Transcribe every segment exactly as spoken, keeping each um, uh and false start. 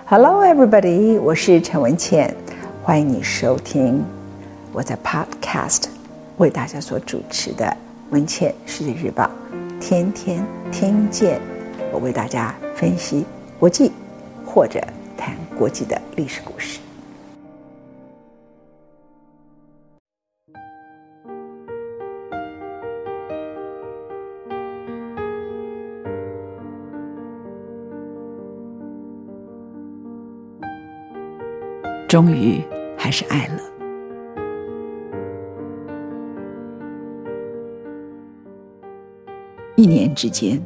Hello everybody， 我是陈文茜，欢迎你收听我在 Podcast 为大家所主持的文茜世界日报，天天听见我为大家分析国际或者谈国际的历史故事。终于还是爱了。一年之间，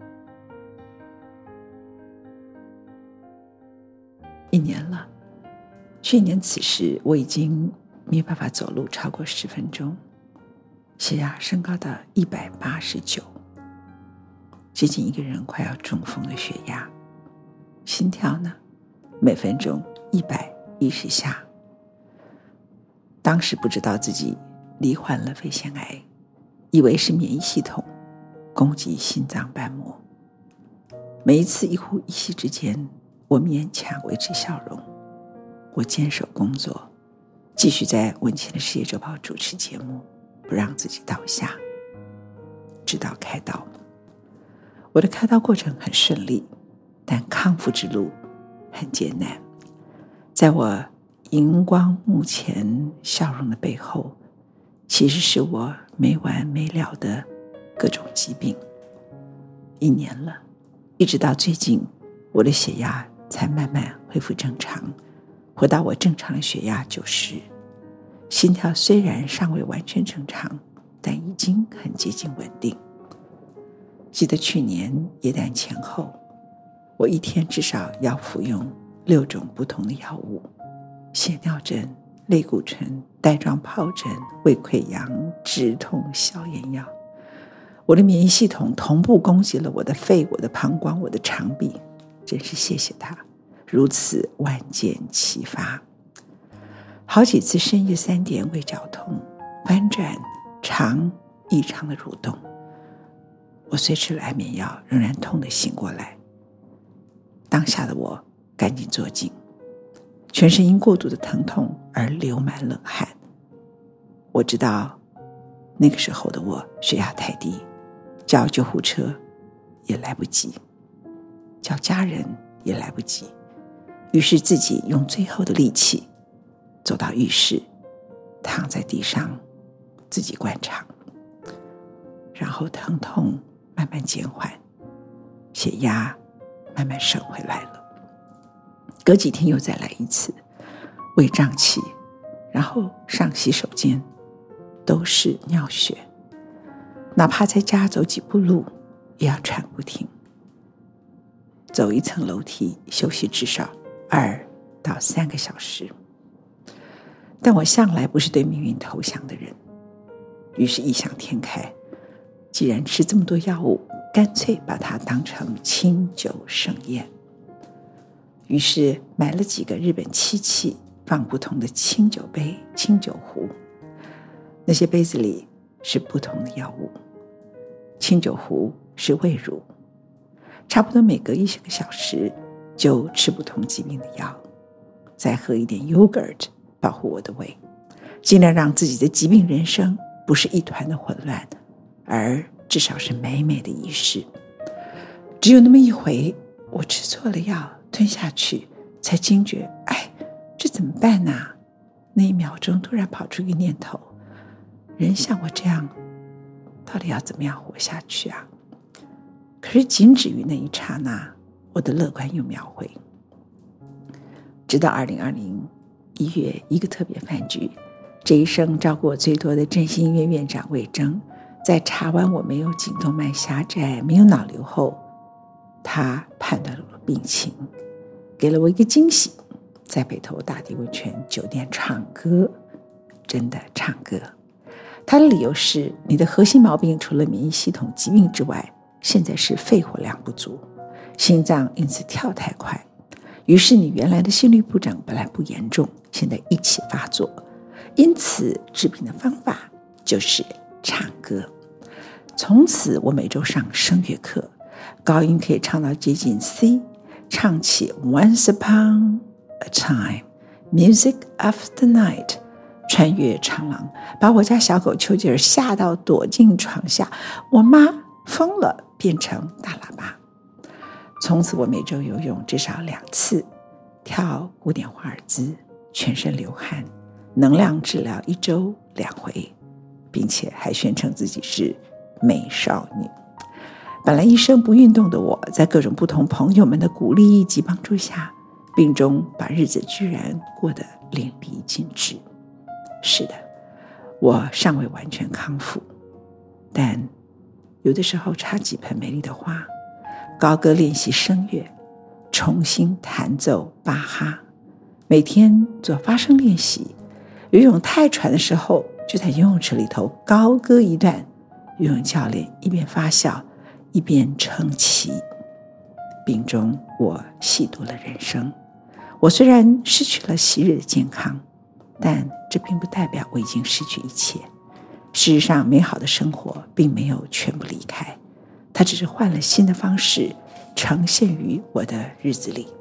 一年了。去年此时，我已经没有办法走路超过十分钟，血压升高到一百八十九，接近一个人快要中风的血压。心跳呢，每分钟一百一十下。当时不知道自己罹患了肺腺癌，以为是免疫系统攻击心脏瓣膜。每一次一呼一吸之间，我勉强维持笑容，我坚守工作，继续在文茜的世界周报主持节目，不让自己倒下，直到开刀。我的开刀过程很顺利，但康复之路很艰难。在我荧光幕前笑容的背后，其实是我没完没了的各种疾病。一年了，一直到最近，我的血压才慢慢恢复正常，回到我正常的血压九十。心跳虽然尚未完全正常，但已经很接近稳定。记得去年耶诞前后，我一天至少要服用六种不同的药物：血尿症、类固醇、带状疱疹、胃溃疡、止痛消炎药。我的免疫系统同步攻击了我的肺、我的膀胱、我的肠壁，真是谢谢它，如此万箭齐发。好几次深夜三点胃绞痛、翻转、肠异常的蠕动，我虽吃了安眠药，仍然痛得醒过来。当下的我赶紧坐静，全身因过度的疼痛而流满冷汗。我知道那个时候的我血压太低，叫救护车也来不及，叫家人也来不及，于是自己用最后的力气走到浴室，躺在地上自己灌肠，然后疼痛慢慢减缓，血压慢慢升回来了。隔几天又再来一次，胃胀气，然后上洗手间都是尿血，哪怕在家走几步路也要喘不停，走一层楼梯休息至少二到三个小时。但我向来不是对命运投降的人，于是异想天开，既然吃这么多药物，干脆把它当成清酒盛宴。于是买了几个日本漆器，放不同的清酒杯、清酒壶，那些杯子里是不同的药物，清酒壶是胃乳，差不多每隔一些个小时就吃不同疾病的药，再喝一点 yogurt 保护我的胃，尽量让自己的疾病人生不是一团的混乱，而至少是美美的仪式。只有那么一回，我吃错了药，吞下去才惊觉，哎，这怎么办啊？那一秒钟突然跑出一个念头，人像我这样到底要怎么样活下去啊？可是仅止于那一刹那，我的乐观又秒回。直到二零二零一月一个特别饭局，这一生照顾我最多的振兴医院院长魏征，在查完我没有颈动脉狭窄、没有脑瘤后，他判断了我的病情，给了我一个惊喜，在北投大地温泉酒店唱歌，真的唱歌。他的理由是，你的核心毛病除了免疫系统疾病之外，现在是肺活量不足，心脏因此跳太快，于是你原来的心律不整本来不严重，现在一起发作，因此治病的方法就是唱歌。从此我每周上声乐课，高音可以唱到接近 C， 唱起 Once Upon a Time Music of the Night， 穿越长廊，把我家小狗丘吉尔吓到躲进床下。我妈疯了，变成大喇叭。从此我每周游泳至少两次，跳古典华尔兹，全身流汗，能量治疗一周两回，并且还宣称自己是美少女。本来一生不运动的我，在各种不同朋友们的鼓励及帮助下，病中把日子居然过得淋漓尽致。是的，我尚未完全康复，但有的时候插几盆美丽的花，高歌练习声乐，重新弹奏巴哈，每天做发声练习，游泳太喘的时候就在游泳池里头高歌一段，游泳教练一边发笑一边称奇。病中我细读了人生，我虽然失去了昔日的健康，但这并不代表我已经失去一切。事实上，美好的生活并没有全部离开，它只是换了新的方式呈现于我的日子里。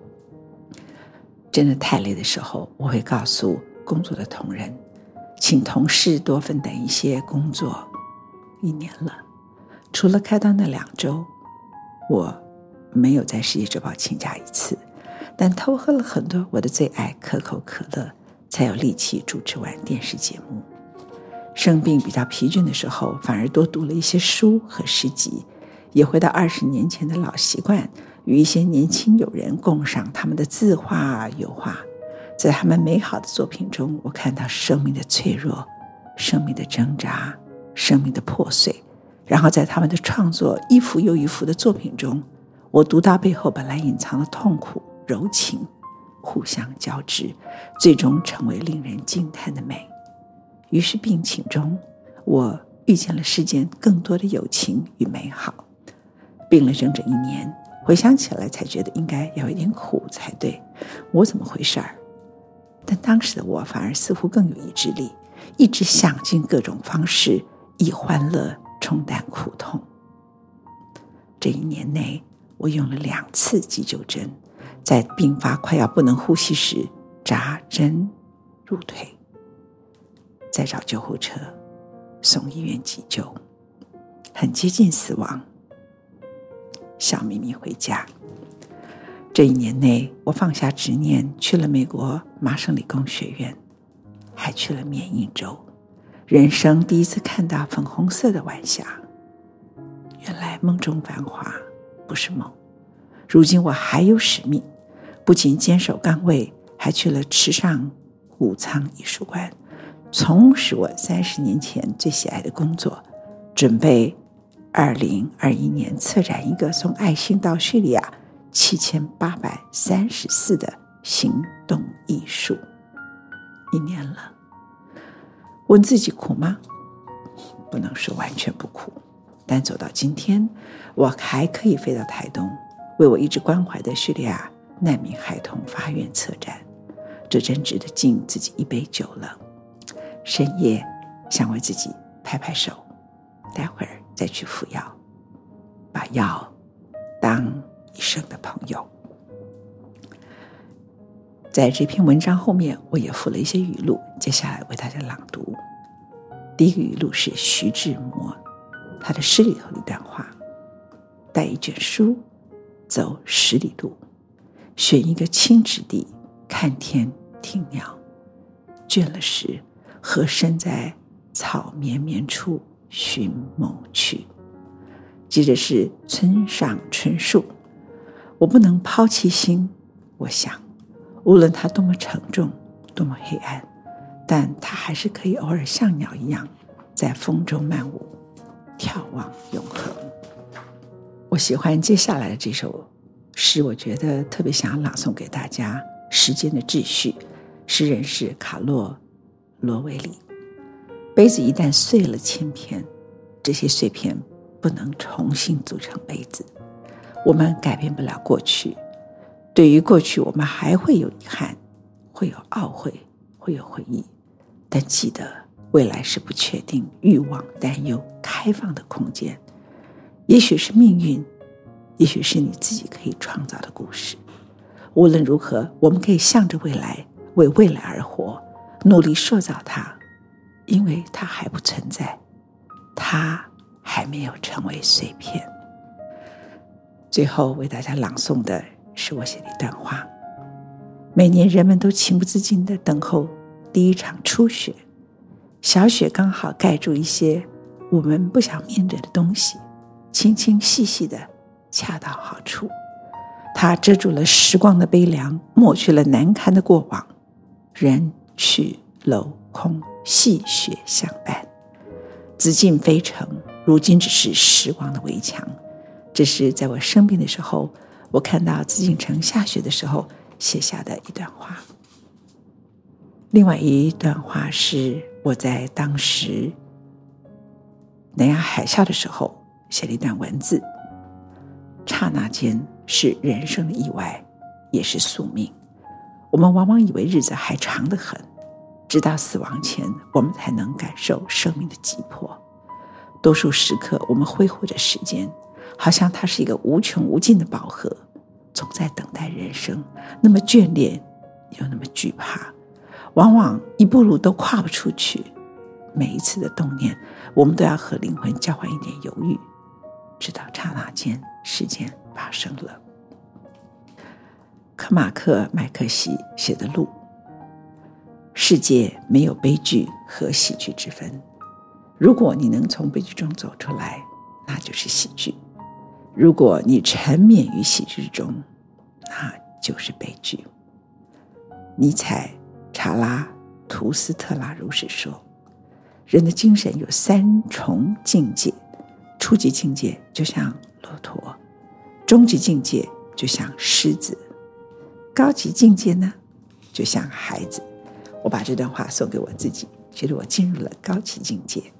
真的太累的时候，我会告诉工作的同仁，请同事多分担一些工作。一年了，除了开刀那两周，我没有在世界周报请假一次，但偷喝了很多我的最爱可口可乐，才有力气主持完电视节目。生病比较疲倦的时候，反而多读了一些书和诗集，也回到二十年前的老习惯，与一些年轻友人共赏他们的字画油画。在他们美好的作品中，我看到生命的脆弱，生命的挣扎，生命的破碎。然后在他们的创作一幅又一幅的作品中，我读到背后本来隐藏的痛苦、柔情互相交织，最终成为令人惊叹的美。于是病情中，我遇见了世间更多的友情与美好。病了整整一年，回想起来才觉得应该要有点苦才对，我怎么回事儿？但当时的我反而似乎更有意志力，一直想尽各种方式以欢乐冲淡苦痛。这一年内，我用了两次急救针，在病发快要不能呼吸时扎针入腿，再找救护车送医院急救，很接近死亡，笑眯眯回家。这一年内，我放下执念，去了美国麻省理工学院，还去了缅因州，人生第一次看到粉红色的晚霞。原来梦中繁华不是梦，如今我还有使命，不仅坚守岗位，还去了池上谷仓艺术馆，从事我三十年前最喜爱的工作，准备二零二一年策展一个从爱心到叙利亚七千八百三十四的行动艺术。一年了，问自己苦吗？不能说完全不苦，但走到今天，我还可以飞到台东，为我一直关怀的叙利亚难民孩童发愿策展，这真值得敬自己一杯酒了。深夜想为自己拍拍手，待会儿再去服药，把药当一生的朋友。在这篇文章后面，我也附了一些语录，接下来为大家朗读。第一个语录是徐志摩他的诗里头的一段话：带一卷书，走十里路，选一个清直地，看天听鸟，倦了时，和身在草绵绵处寻梦去。接着是村上春树：我不能抛弃心，我想无论它多么沉重，多么黑暗，但它还是可以偶尔像鸟一样在风中漫舞，眺望永恒。我喜欢接下来的这首诗，我觉得特别想要朗诵给大家。时间的秩序，诗人是卡洛罗维里。杯子一旦碎了千片，这些碎片不能重新组成杯子。我们改变不了过去，对于过去我们还会有遗憾，会有懊悔，会有回忆，但记得未来是不确定、欲望、担忧、开放的空间。也许是命运也许是你自己可以创造的故事。无论如何，我们可以向着未来，为未来而活，努力塑造它，因为它还不存在，它还没有成为碎片。最后为大家朗诵的是我写的一段话。每年人们都情不自禁地等候第一场初雪，小雪刚好盖住一些我们不想面对的东西，轻轻细细的恰到好处。它遮住了时光的悲凉，抹去了难堪的过往，人去楼空，细雪相伴。紫禁飞城如今只是时光的围墙。这是在我生病的时候，我看到紫禁城下雪的时候写下的一段话。另外一段话是我在当时南亚海啸的时候写了一段文字。刹那间是人生的意外，也是宿命。我们往往以为日子还长得很，直到死亡前我们才能感受生命的急迫。多数时刻我们挥霍着时间，好像它是一个无穷无尽的宝盒，总在等待人生，那么眷恋又那么惧怕，往往一步路都跨不出去。每一次的动念，我们都要和灵魂交换一点犹豫，直到刹那间事件发生了。科马克麦克西写的《路》，世界没有悲剧和喜剧之分，如果你能从悲剧中走出来，那就是喜剧；如果你沉湎于喜剧中，那就是悲剧。尼采查拉图斯特拉如是说，人的精神有三重境界，初级境界就像骆驼，中级境界就像狮子，高级境界呢就像孩子。我把这段话送给我自己，觉得我进入了高级境界。